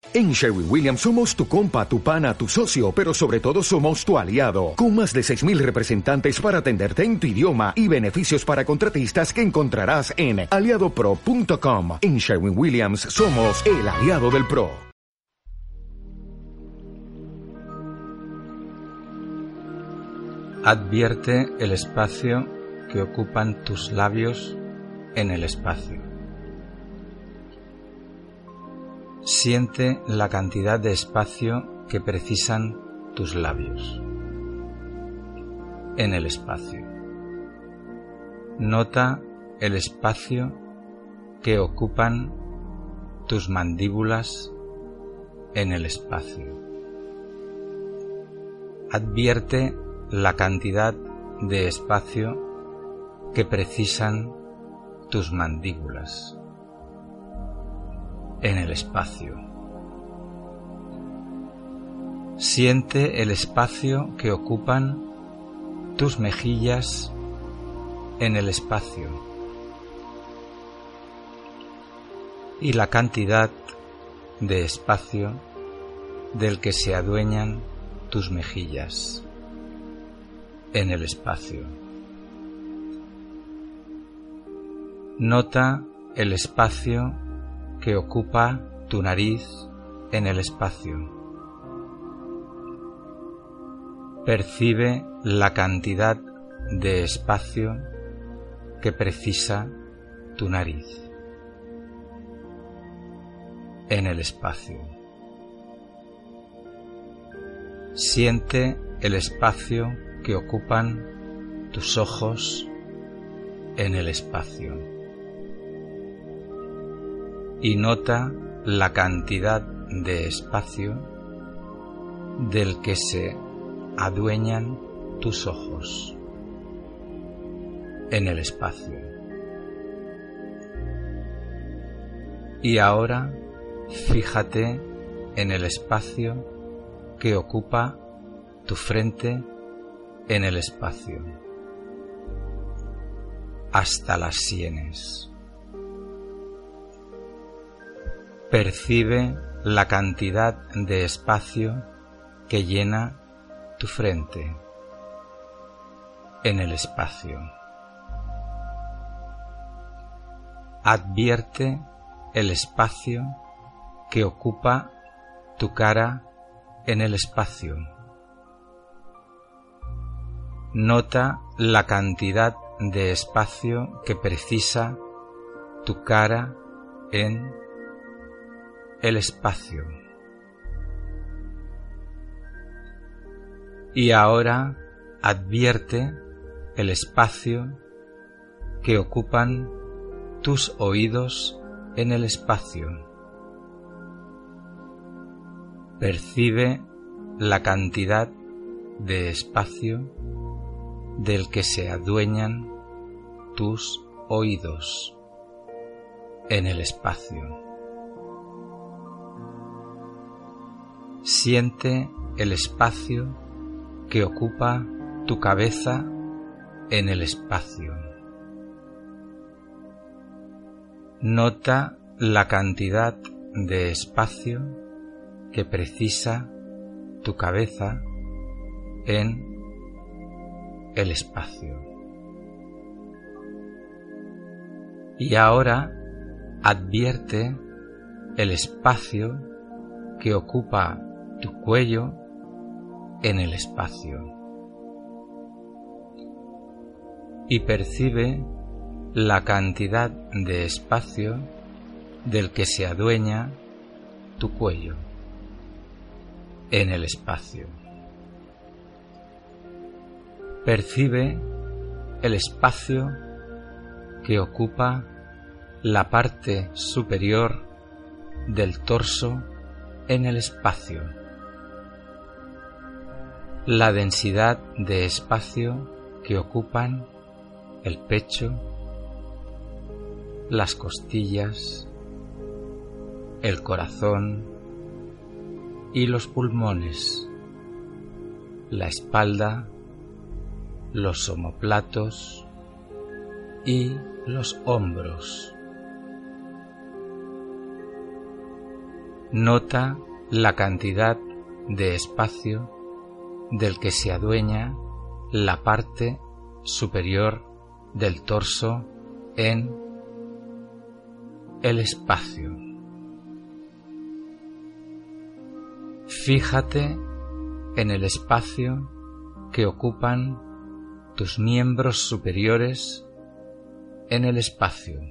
En Sherwin-Williams somos tu compa, tu pana, tu socio, pero sobre todo somos tu aliado, con más de 6,000 representantes para atenderte en tu idioma y beneficios para contratistas que encontrarás en aliadopro.com. En Sherwin-Williams somos el aliado del pro. Advierte el espacio que ocupan tus labios en el espacio. Siente la cantidad de espacio que precisan tus labios en el espacio. Nota el espacio que ocupan tus mandíbulas en el espacio. Advierte la cantidad de espacio que precisan tus mandíbulas en el espacio. Siente el espacio que ocupan tus mejillas en el espacio y la cantidad de espacio del que se adueñan tus mejillas en el espacio. Nota el espacio que ocupa tu nariz en el espacio. Percibe la cantidad de espacio que precisa tu nariz en el espacio. Siente el espacio que ocupan tus ojos en el espacio. Y nota la cantidad de espacio del que se adueñan tus ojos en el espacio. Y ahora fíjate en el espacio que ocupa tu frente en el espacio, hasta las sienes. Percibe la cantidad de espacio que llena tu frente en el espacio. Advierte el espacio que ocupa tu cara en el espacio. Nota la cantidad de espacio que precisa tu cara en el espacio. Y ahora advierte el espacio que ocupan tus oídos en el espacio. Percibe la cantidad de espacio del que se adueñan tus oídos en el espacio. Siente el espacio que ocupa tu cabeza en el espacio. Nota la cantidad de espacio que precisa tu cabeza en el espacio. Y ahora advierte el espacio que ocupa tu cuello en el espacio y percibe la cantidad de espacio del que se adueña tu cuello en el espacio. Percibe el espacio que ocupa la parte superior del torso en el espacio. La densidad de espacio que ocupan el pecho, las costillas, el corazón y los pulmones, la espalda, los omóplatos y los hombros. Nota la cantidad de espacio del que se adueña la parte superior del torso en el espacio. Fíjate en el espacio que ocupan tus miembros superiores en el espacio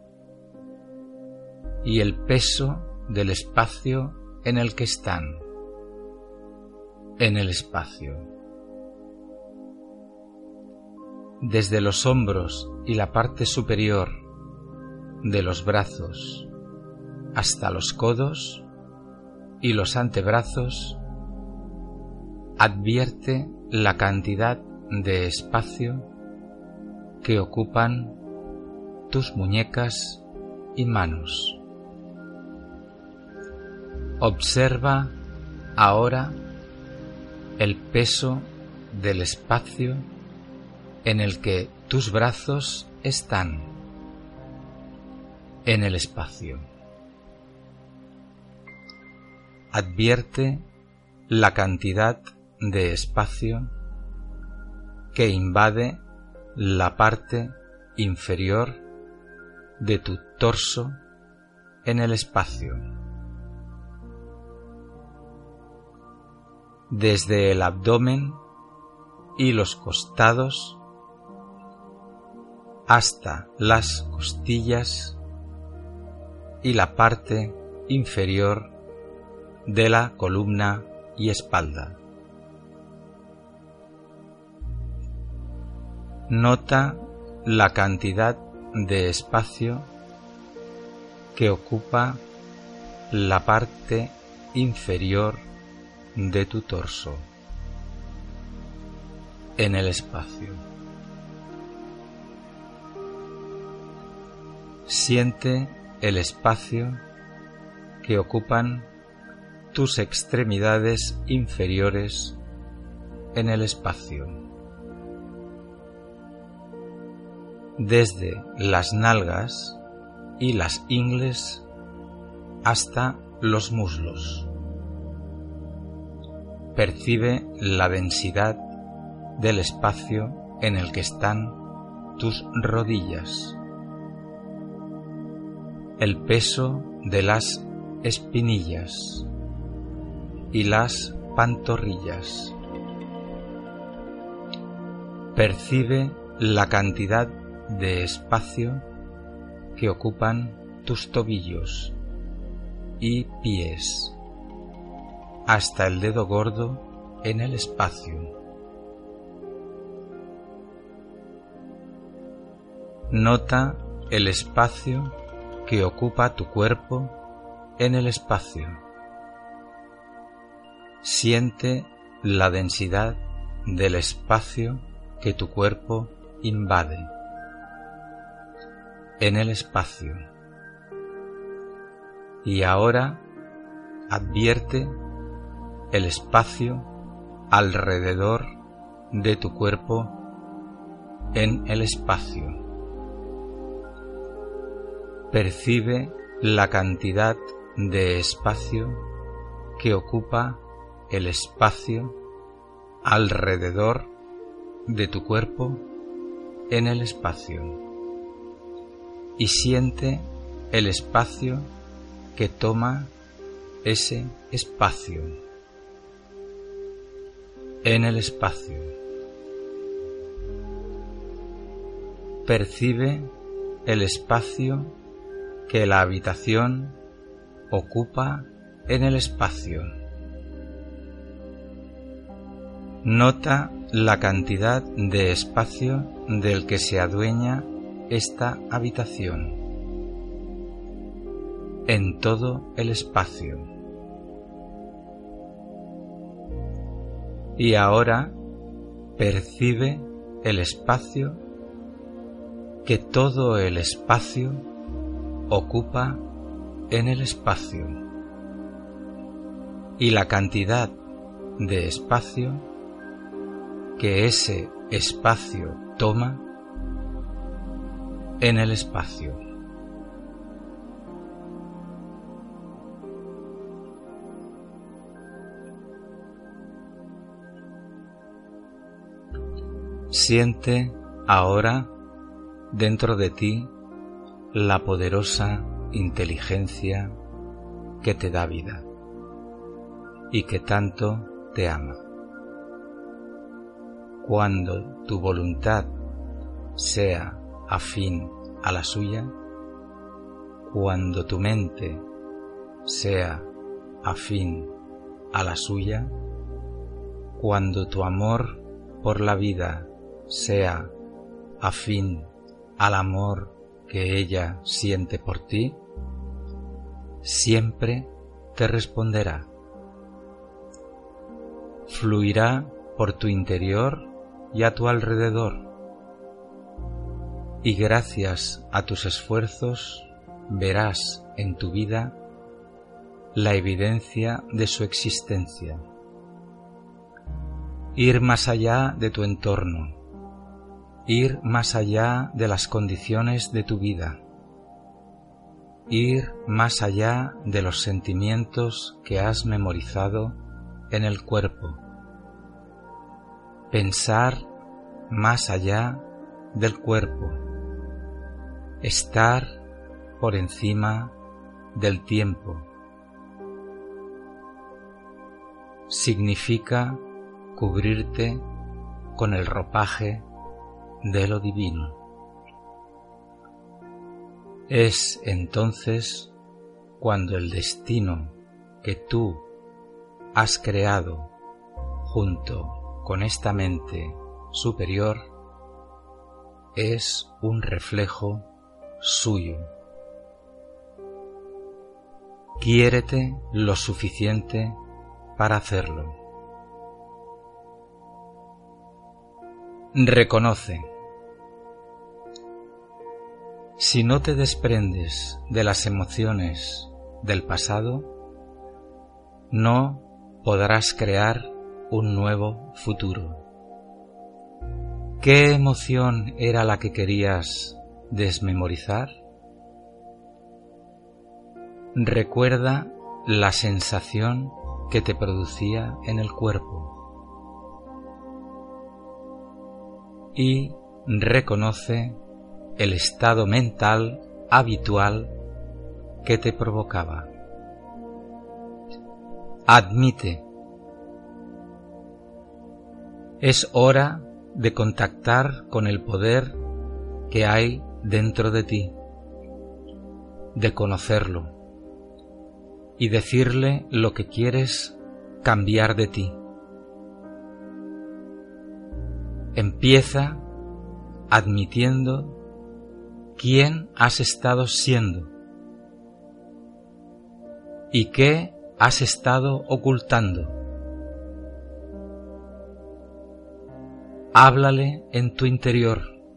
y el peso del espacio en el que están en el espacio. Desde los hombros y la parte superior de los brazos hasta los codos y los antebrazos, advierte la cantidad de espacio que ocupan tus muñecas y manos. Observa ahora el peso del espacio en el que tus brazos están en el espacio. Advierte la cantidad de espacio que invade la parte inferior de tu torso en el espacio. Desde el abdomen y los costados hasta las costillas y la parte inferior de la columna y espalda. Nota la cantidad de espacio que ocupa la parte inferior de tu torso en el espacio. Siente el espacio que ocupan tus extremidades inferiores en el espacio. Desde las nalgas y las ingles hasta los muslos. Percibe la densidad del espacio en el que están tus rodillas, el peso de las espinillas y las pantorrillas. Percibe la cantidad de espacio que ocupan tus tobillos y pies hasta el dedo gordo en el espacio. Nota el espacio que ocupa tu cuerpo en el espacio. Siente la densidad del espacio que tu cuerpo invade en el espacio. Y ahora advierte el espacio alrededor de tu cuerpo en el espacio. Percibe la cantidad de espacio que ocupa el espacio alrededor de tu cuerpo en el espacio y siente el espacio que toma ese espacio en el espacio. Percibe el espacio que la habitación ocupa en el espacio. Nota la cantidad de espacio del que se adueña esta habitación en todo el espacio. Y ahora percibe el espacio que todo el espacio ocupa en el espacio y la cantidad de espacio que ese espacio toma en el espacio. Siente ahora dentro de ti la poderosa inteligencia que te da vida y que tanto te ama. Cuando tu voluntad sea afín a la suya, cuando tu mente sea afín a la suya, cuando tu amor por la vida sea afín al amor que ella siente por ti, siempre te responderá. Fluirá por tu interior y a tu alrededor, y gracias a tus esfuerzos verás en tu vida la evidencia de su existencia. Ir más allá de tu entorno, ir más allá de las condiciones de tu vida, ir más allá de los sentimientos que has memorizado en el cuerpo, pensar más allá del cuerpo, estar por encima del tiempo. Significa cubrirte con el ropaje de lo divino. Es entonces cuando el destino que tú has creado junto con esta mente superior es un reflejo suyo. Quiérete lo suficiente para hacerlo. Reconoce. Si no te desprendes de las emociones del pasado, no podrás crear un nuevo futuro. ¿Qué emoción era la que querías desmemorizar? Recuerda la sensación que te producía en el cuerpo y reconoce el estado mental habitual que te provocaba. Admite. Es hora de contactar con el poder que hay dentro de ti, de conocerlo y decirle lo que quieres cambiar de ti. Empieza admitiendo quién has estado siendo y qué has estado ocultando. Háblale en tu interior.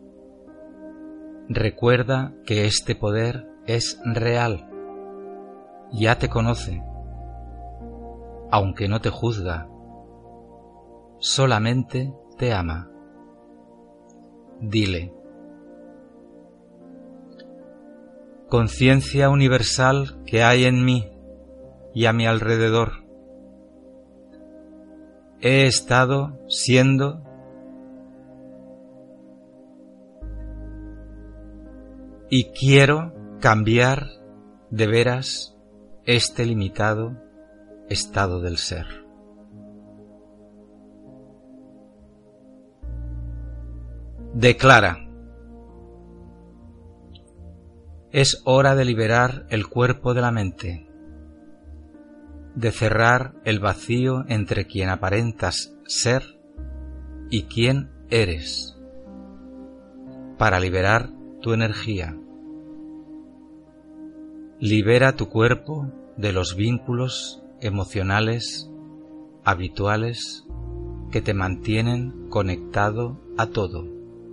Recuerda que este poder es real. Ya te conoce, aunque no te juzga, solamente te ama. Dile: conciencia universal que hay en mí y a mi alrededor, he estado siendo y quiero cambiar de veras este limitado estado del ser. Declara: es hora de liberar el cuerpo de la mente, de cerrar el vacío entre quien aparentas ser y quien eres, para liberar tu energía. Libera tu cuerpo de los vínculos emocionales habituales que te mantienen conectado a todo,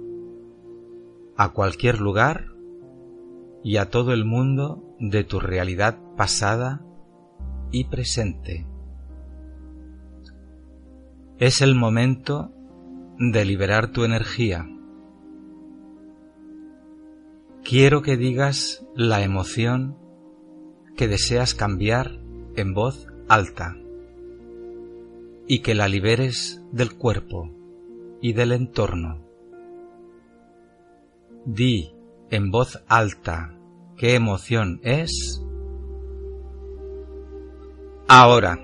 a cualquier lugar y a todo el mundo de tu realidad pasada y presente. Es el momento de liberar tu energía. Quiero que digas la emoción que deseas cambiar en voz alta y que la liberes del cuerpo y del entorno. di en voz alta qué emoción es ahora.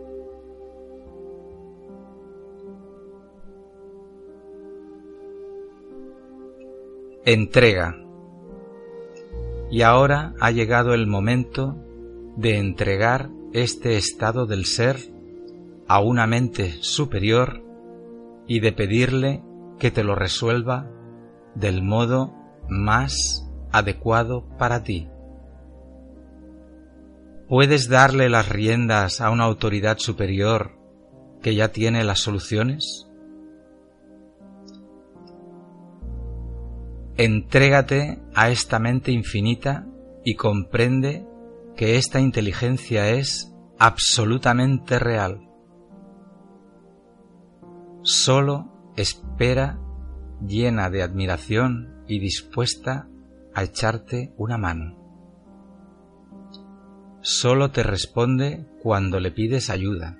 Entrega. Y ahora ha llegado el momento de entregar este estado del ser a una mente superior y de pedirle que te lo resuelva del modo más adecuado para ti. ¿Puedes darle las riendas a una autoridad superior que ya tiene las soluciones? Entrégate a esta mente infinita y comprende que esta inteligencia es absolutamente real. Solo espera, llena de admiración y dispuesta a echarte una mano. Solo te responde cuando le pides ayuda.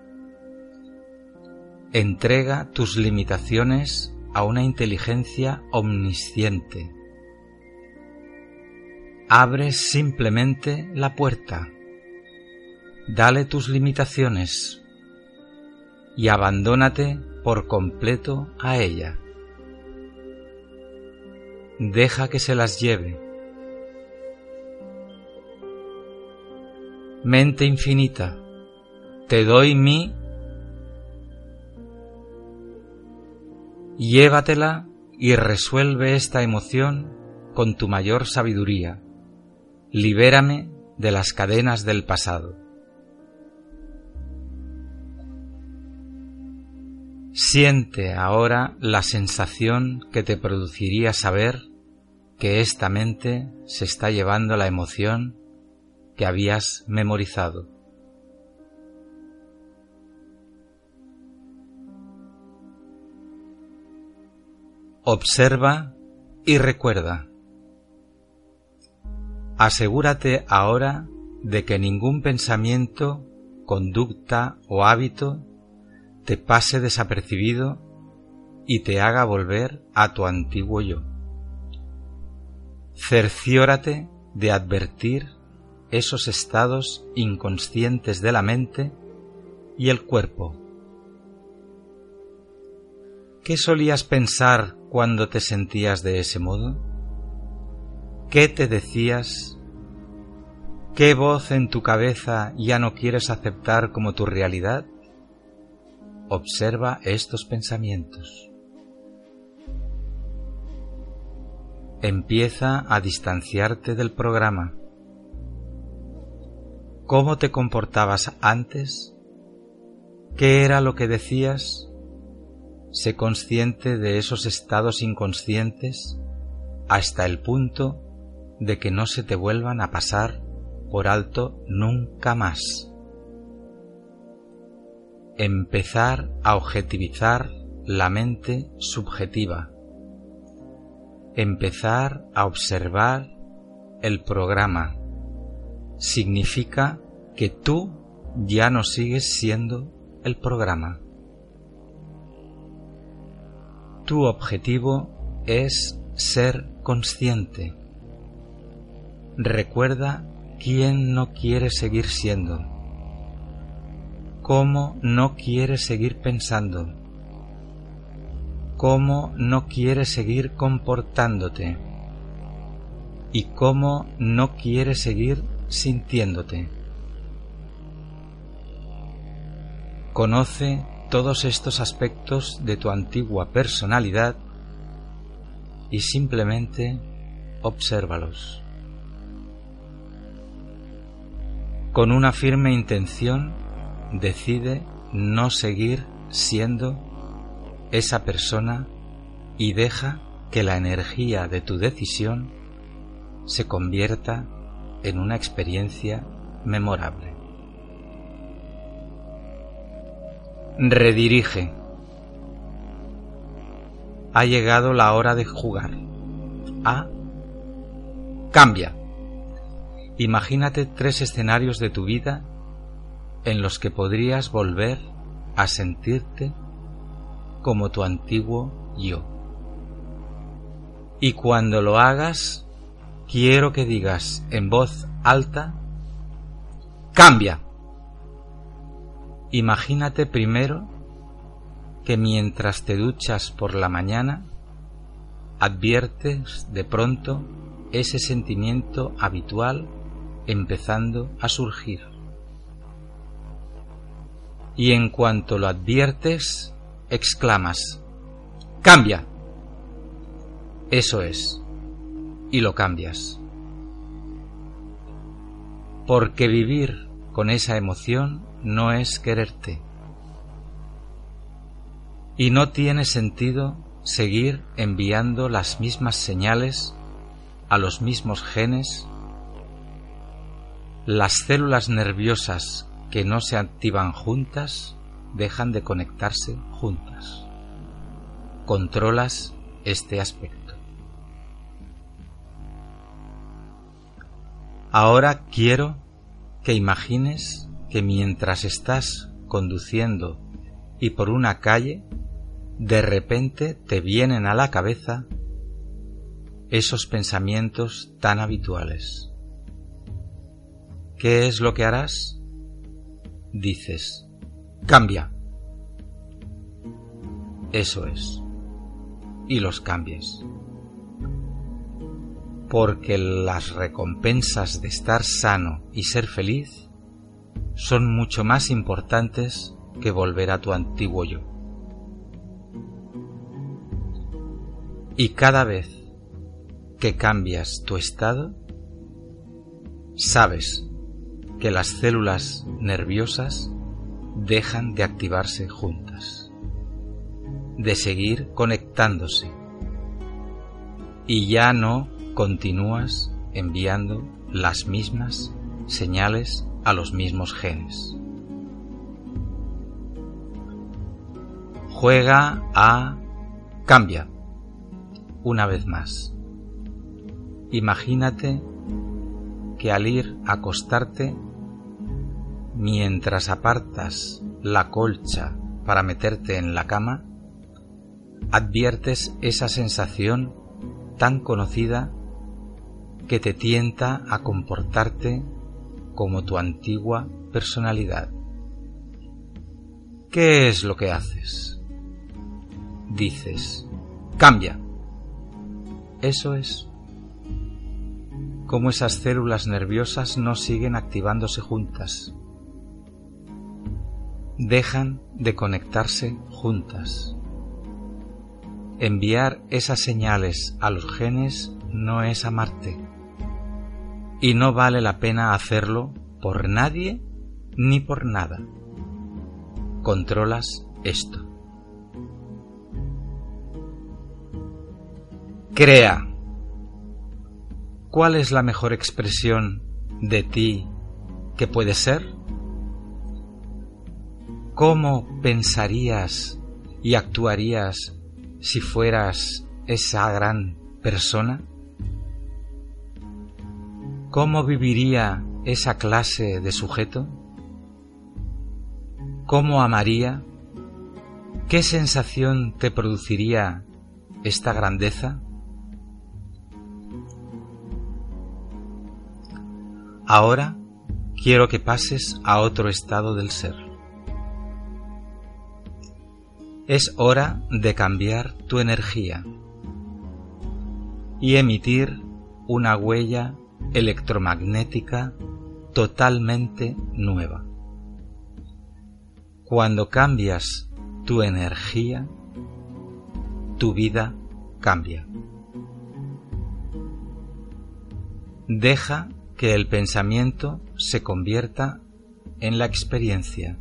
Entrega tus limitaciones a una inteligencia omnisciente. Abre simplemente la puerta. Dale tus limitaciones y abandónate por completo a ella. Deja que se las lleve. Mente infinita, te doy mi. Llévatela y resuelve esta emoción con tu mayor sabiduría. Libérame de las cadenas del pasado. Siente ahora la sensación que te produciría saber que esta mente se está llevando la emoción que habías memorizado. Observa y recuerda. Asegúrate ahora de que ningún pensamiento, conducta o hábito te pase desapercibido y te haga volver a tu antiguo yo. Cerciórate de advertir esos estados inconscientes de la mente y el cuerpo. ¿Qué solías pensar cuando te sentías de ese modo? ¿Qué te decías? ¿Qué voz en tu cabeza ya no quieres aceptar como tu realidad? Observa estos pensamientos. Empieza a distanciarte del programa. ¿Cómo te comportabas antes? ¿Qué era lo que decías? Sé consciente de esos estados inconscientes hasta el punto de que no se te vuelvan a pasar por alto nunca más. Empezar a objetivizar la mente subjetiva. Empezar a observar el programa. Significa que tú ya no sigues siendo el programa. Tu objetivo es ser consciente. Recuerda quién no quiere seguir siendo, cómo no quiere seguir pensando, cómo no quiere seguir comportándote y cómo no quiere seguir sintiéndote. Conoce todos estos aspectos de tu antigua personalidad y simplemente obsérvalos. Con una firme intención, decide no seguir siendo esa persona y deja que la energía de tu decisión se convierta en una experiencia memorable. Redirige. Ha llegado la hora de jugar. Cambia. Imagínate 3 escenarios de tu vida en los que podrías volver a sentirte como tu antiguo yo. Y cuando lo hagas, quiero que digas en voz alta: ¡cambia! Imagínate primero que mientras te duchas por la mañana, adviertes de pronto ese sentimiento habitual empezando a surgir. Y en cuanto lo adviertes, exclamas: ¡cambia! Eso es, y lo cambias. Porque vivir con esa emoción no es quererte. Y no tiene sentido seguir enviando las mismas señales a los mismos genes. Las células nerviosas que no se activan juntas dejan de conectarse juntas. Controlas este aspecto. Ahora quiero que imagines que mientras estás conduciendo y por una calle, de repente te vienen a la cabeza esos pensamientos tan habituales. ¿Qué es lo que harás? Dices: cambia. Eso es. Y los cambias. Porque las recompensas de estar sano y ser feliz son mucho más importantes que volver a tu antiguo yo. Y cada vez que cambias tu estado, sabes que las células nerviosas dejan de activarse juntas, de seguir conectándose, y ya no continúas enviando las mismas señales a los mismos genes. Juega a cambia. Una vez más. Imagínate que al ir a acostarte, mientras apartas la colcha para meterte en la cama, adviertes esa sensación tan conocida que te tienta a comportarte como tu antigua personalidad. ¿Qué es lo que haces? Dices: cambia. Eso es. Como esas células nerviosas no siguen activándose juntas. Dejan de conectarse juntas. Enviar esas señales a los genes no es amarte. Y no vale la pena hacerlo por nadie ni por nada. Controlas esto. Crea. ¿Cuál es la mejor expresión de ti que puede ser? ¿Cómo pensarías y actuarías si fueras esa gran persona? ¿Cómo viviría esa clase de sujeto? ¿Cómo amaría? ¿Qué sensación te produciría esta grandeza? Ahora quiero que pases a otro estado del ser. Es hora de cambiar tu energía y emitir una huella electromagnética totalmente nueva. Cuando cambias tu energía, tu vida cambia. Deja que el pensamiento se convierta en la experiencia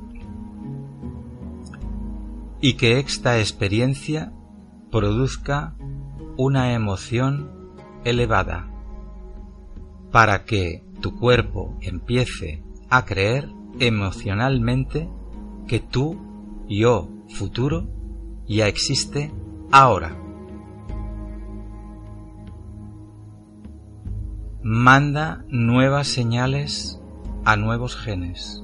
y que esta experiencia produzca una emoción elevada para que tu cuerpo empiece a creer emocionalmente que tu yo futuro ya existe ahora. Manda nuevas señales a nuevos genes.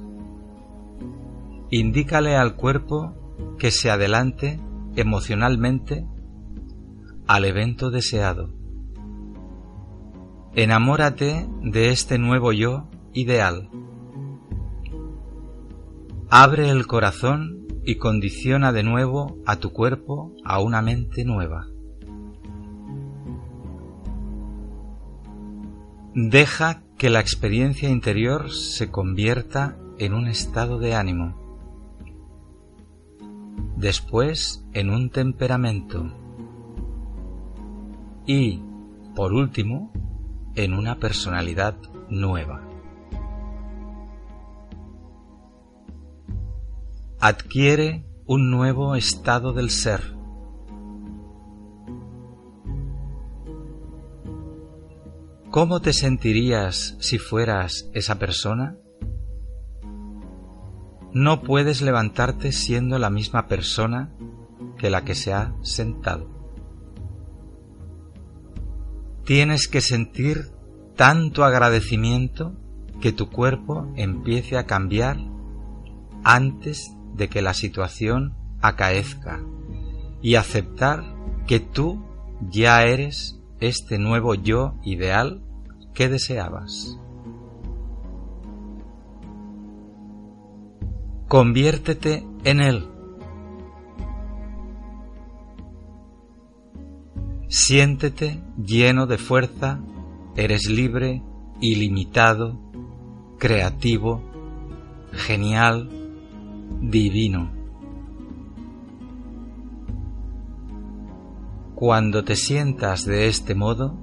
Indícale al cuerpo que se adelante emocionalmente al evento deseado. Enamórate de este nuevo yo ideal. Abre el corazón y condiciona de nuevo a tu cuerpo a una mente nueva. Deja que la experiencia interior se convierta en un estado de ánimo, después en un temperamento y, por último, en una personalidad nueva. Adquiere un nuevo estado del ser. ¿Cómo te sentirías si fueras esa persona? No puedes levantarte siendo la misma persona que la que se ha sentado. Tienes que sentir tanto agradecimiento que tu cuerpo empiece a cambiar antes de que la situación acaezca y aceptar que tú ya eres este nuevo yo ideal que deseabas. Conviértete en él. Siéntete lleno de fuerza, eres libre, ilimitado, creativo, genial, divino. Cuando te sientas de este modo,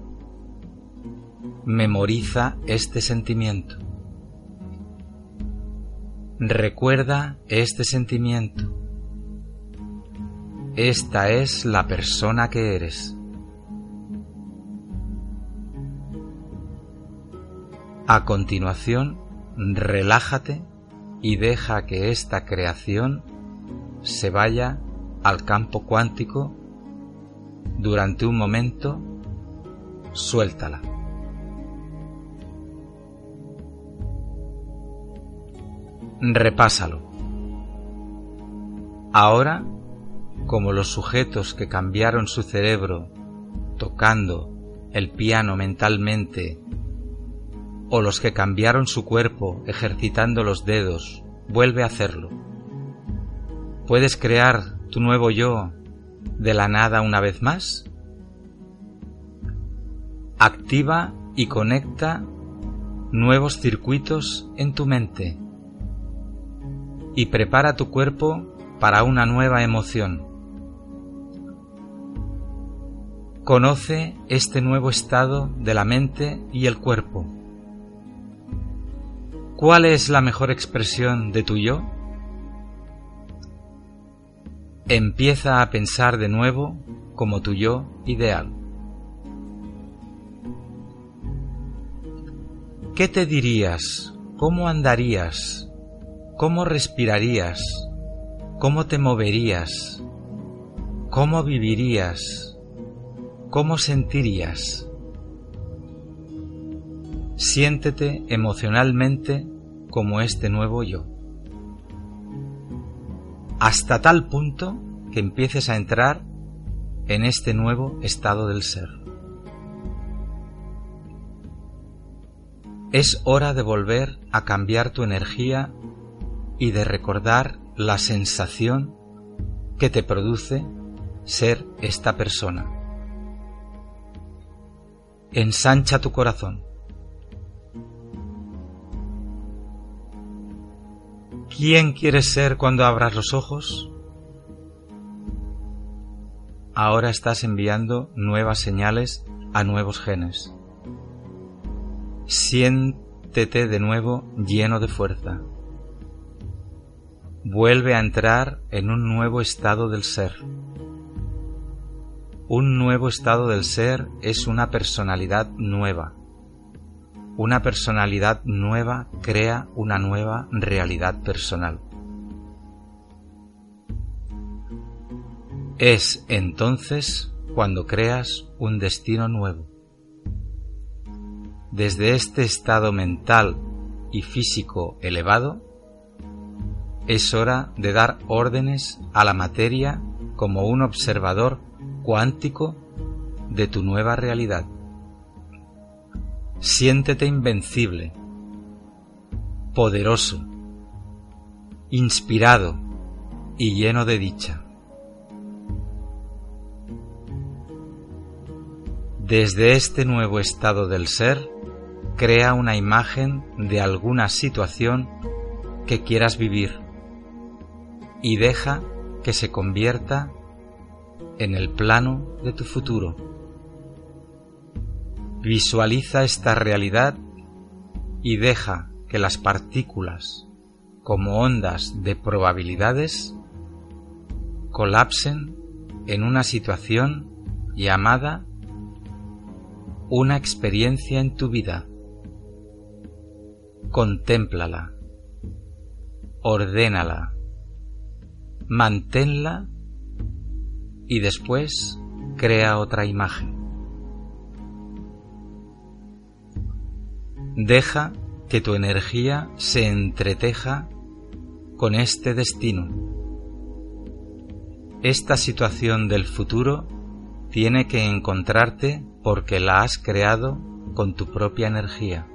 memoriza este sentimiento. Recuerda este sentimiento. Esta es la persona que eres. A continuación, relájate y deja que esta creación se vaya al campo cuántico. Durante un momento, suéltala. Repásalo. Ahora, como los sujetos que cambiaron su cerebro tocando el piano mentalmente, o los que cambiaron su cuerpo ejercitando los dedos, vuelve a hacerlo. ¿Puedes crear tu nuevo yo de la nada una vez más? Activa y conecta nuevos circuitos en tu mente y prepara tu cuerpo para una nueva emoción. Conoce este nuevo estado de la mente y el cuerpo. ¿Cuál es la mejor expresión de tu yo? Empieza a pensar de nuevo como tu yo ideal. ¿Qué te dirías? ¿Cómo andarías? ¿Cómo respirarías? ¿Cómo te moverías? ¿Cómo vivirías? ¿Cómo sentirías? Siéntete emocionalmente como este nuevo yo, hasta tal punto que empieces a entrar en este nuevo estado del ser. Es hora de volver a cambiar tu energía y de recordar la sensación que te produce ser esta persona. Ensancha tu corazón. ¿Quién quieres ser cuando abras los ojos? Ahora estás enviando nuevas señales a nuevos genes. Siéntete de nuevo lleno de fuerza. Vuelve a entrar en un nuevo estado del ser. Un nuevo estado del ser es una personalidad nueva. Una personalidad nueva crea una nueva realidad personal. Es entonces cuando creas un destino nuevo. Desde este estado mental y físico elevado, es hora de dar órdenes a la materia como un observador cuántico de tu nueva realidad. Siéntete invencible, poderoso, inspirado y lleno de dicha. Desde este nuevo estado del ser, crea una imagen de alguna situación que quieras vivir y deja que se convierta en el plano de tu futuro. Visualiza esta realidad y deja que las partículas, como ondas de probabilidades, colapsen en una situación llamada una experiencia en tu vida. Contémplala, ordénala, manténla y después crea otra imagen. Deja que tu energía se entreteja con este destino. Esta situación del futuro tiene que encontrarte porque la has creado con tu propia energía.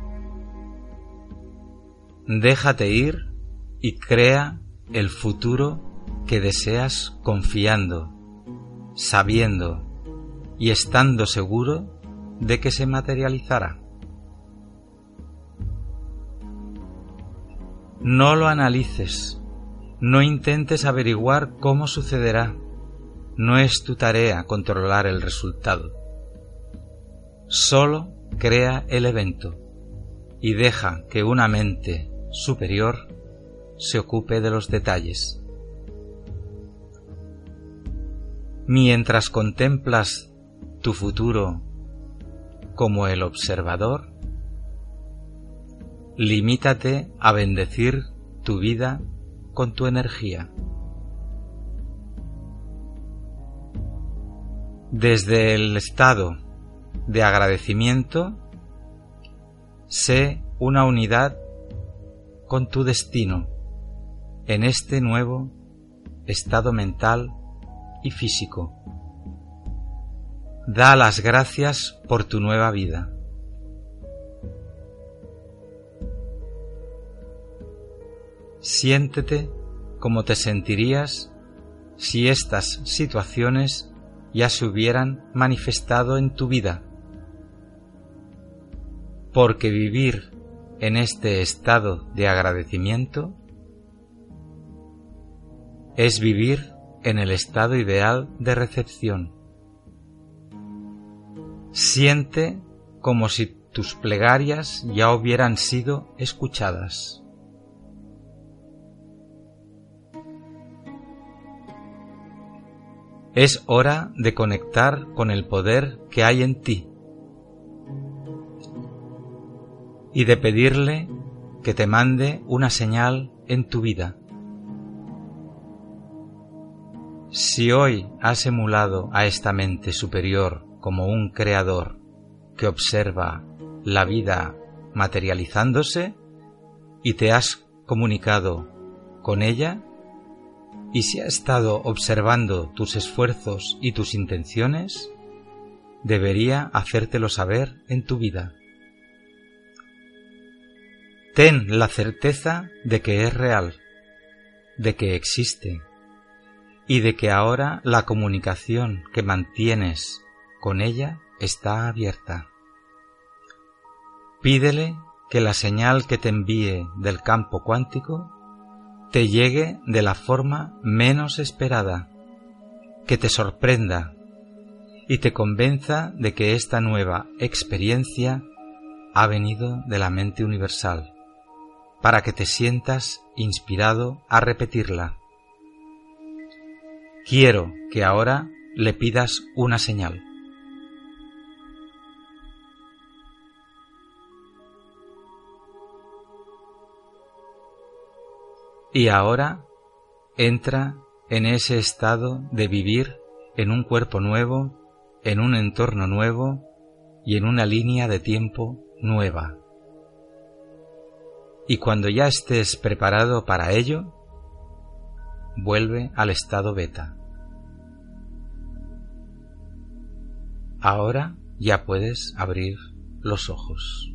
Déjate ir y crea el futuro que deseas confiando, sabiendo y estando seguro de que se materializará. No lo analices, no intentes averiguar cómo sucederá, no es tu tarea controlar el resultado. Solo crea el evento y deja que una mente superior se ocupe de los detalles. Mientras contemplas tu futuro como el observador, limítate a bendecir tu vida con tu energía. Desde el estado de agradecimiento, sé una unidad con tu destino en este nuevo estado mental y físico. Da las gracias por tu nueva vida. Siéntete como te sentirías si estas situaciones ya se hubieran manifestado en tu vida. Porque vivir en este estado de agradecimiento es vivir en el estado ideal de recepción. Siente como si tus plegarias ya hubieran sido escuchadas. Es hora de conectar con el poder que hay en ti y de pedirle que te mande una señal en tu vida. Si hoy has emulado a esta mente superior como un creador que observa la vida materializándose y te has comunicado con ella, y si ha estado observando tus esfuerzos y tus intenciones, debería hacértelo saber en tu vida. Ten la certeza de que es real, de que existe, y de que ahora la comunicación que mantienes con ella está abierta. Pídele que la señal que te envíe del campo cuántico te llegue de la forma menos esperada, que te sorprenda y te convenza de que esta nueva experiencia ha venido de la mente universal, para que te sientas inspirado a repetirla. Quiero que ahora le pidas una señal. Y ahora entra en ese estado de vivir en un cuerpo nuevo, en un entorno nuevo y en una línea de tiempo nueva. Y cuando ya estés preparado para ello, vuelve al estado beta. Ahora ya puedes abrir los ojos.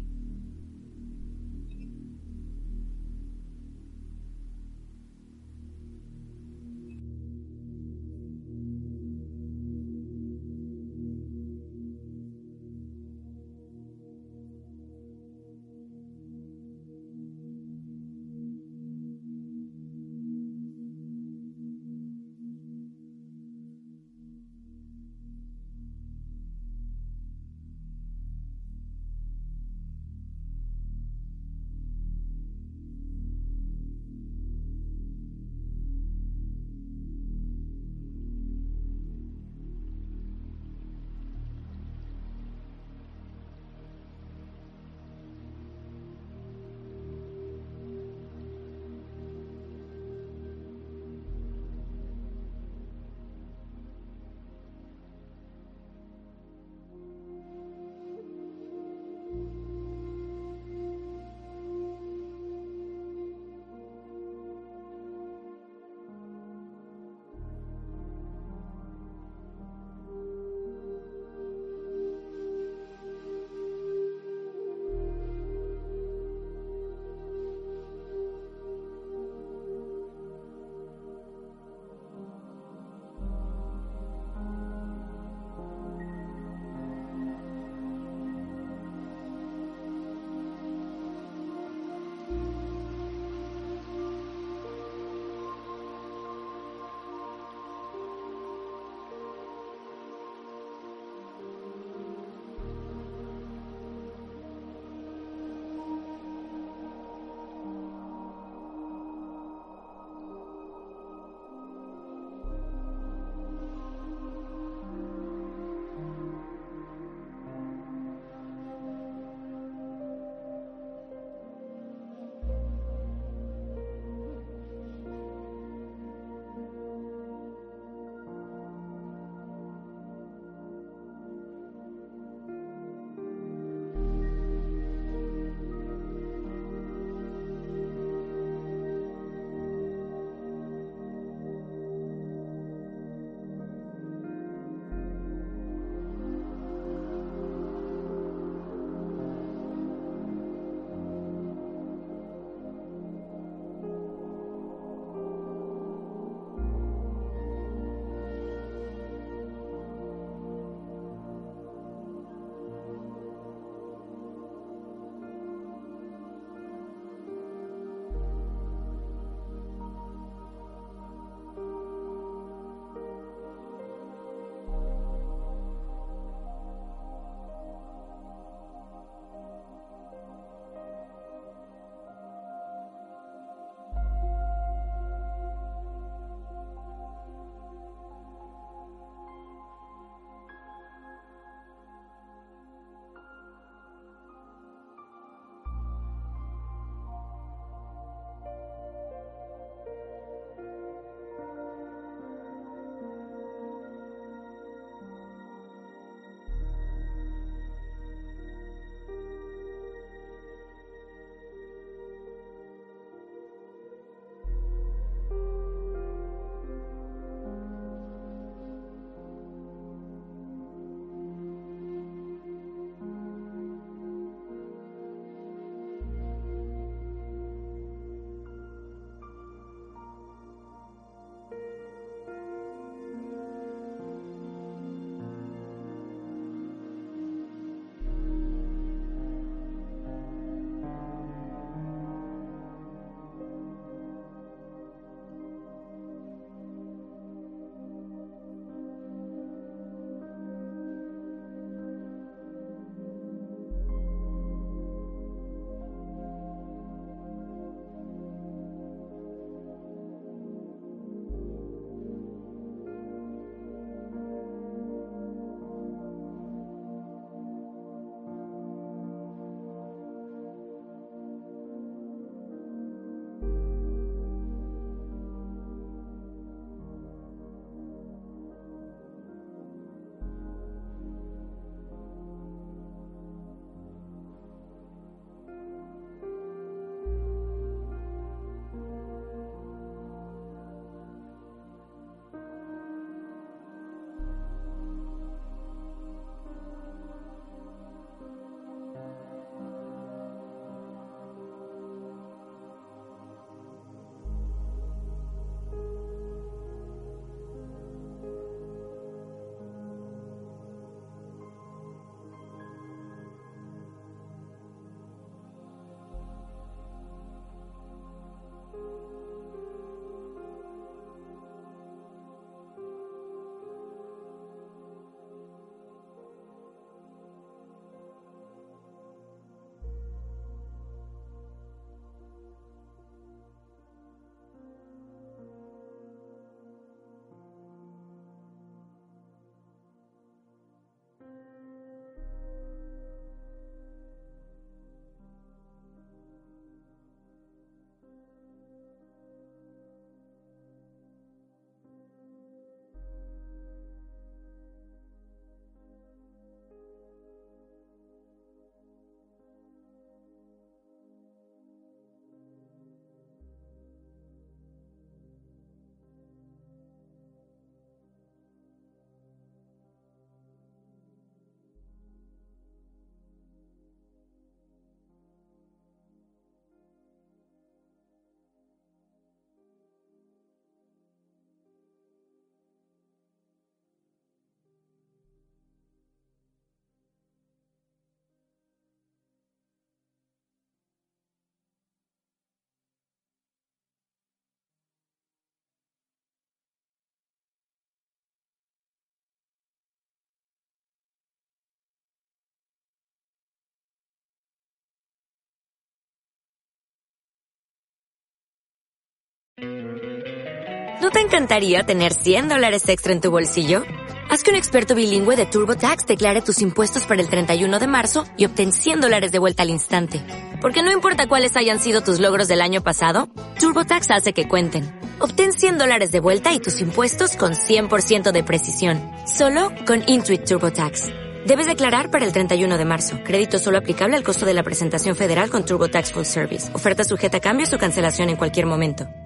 ¿No te encantaría tener $100 extra en tu bolsillo? Haz que un experto bilingüe de TurboTax declare tus impuestos para el 31 de marzo y obtén $100 de vuelta al instante. Porque no importa cuáles hayan sido tus logros del año pasado, TurboTax hace que cuenten. Obtén $100 de vuelta y tus impuestos con 100% de precisión. Solo con Intuit TurboTax. Debes declarar para el 31 de marzo. Crédito solo aplicable al costo de la presentación federal con TurboTax Full Service. Oferta sujeta a cambios o cancelación en cualquier momento.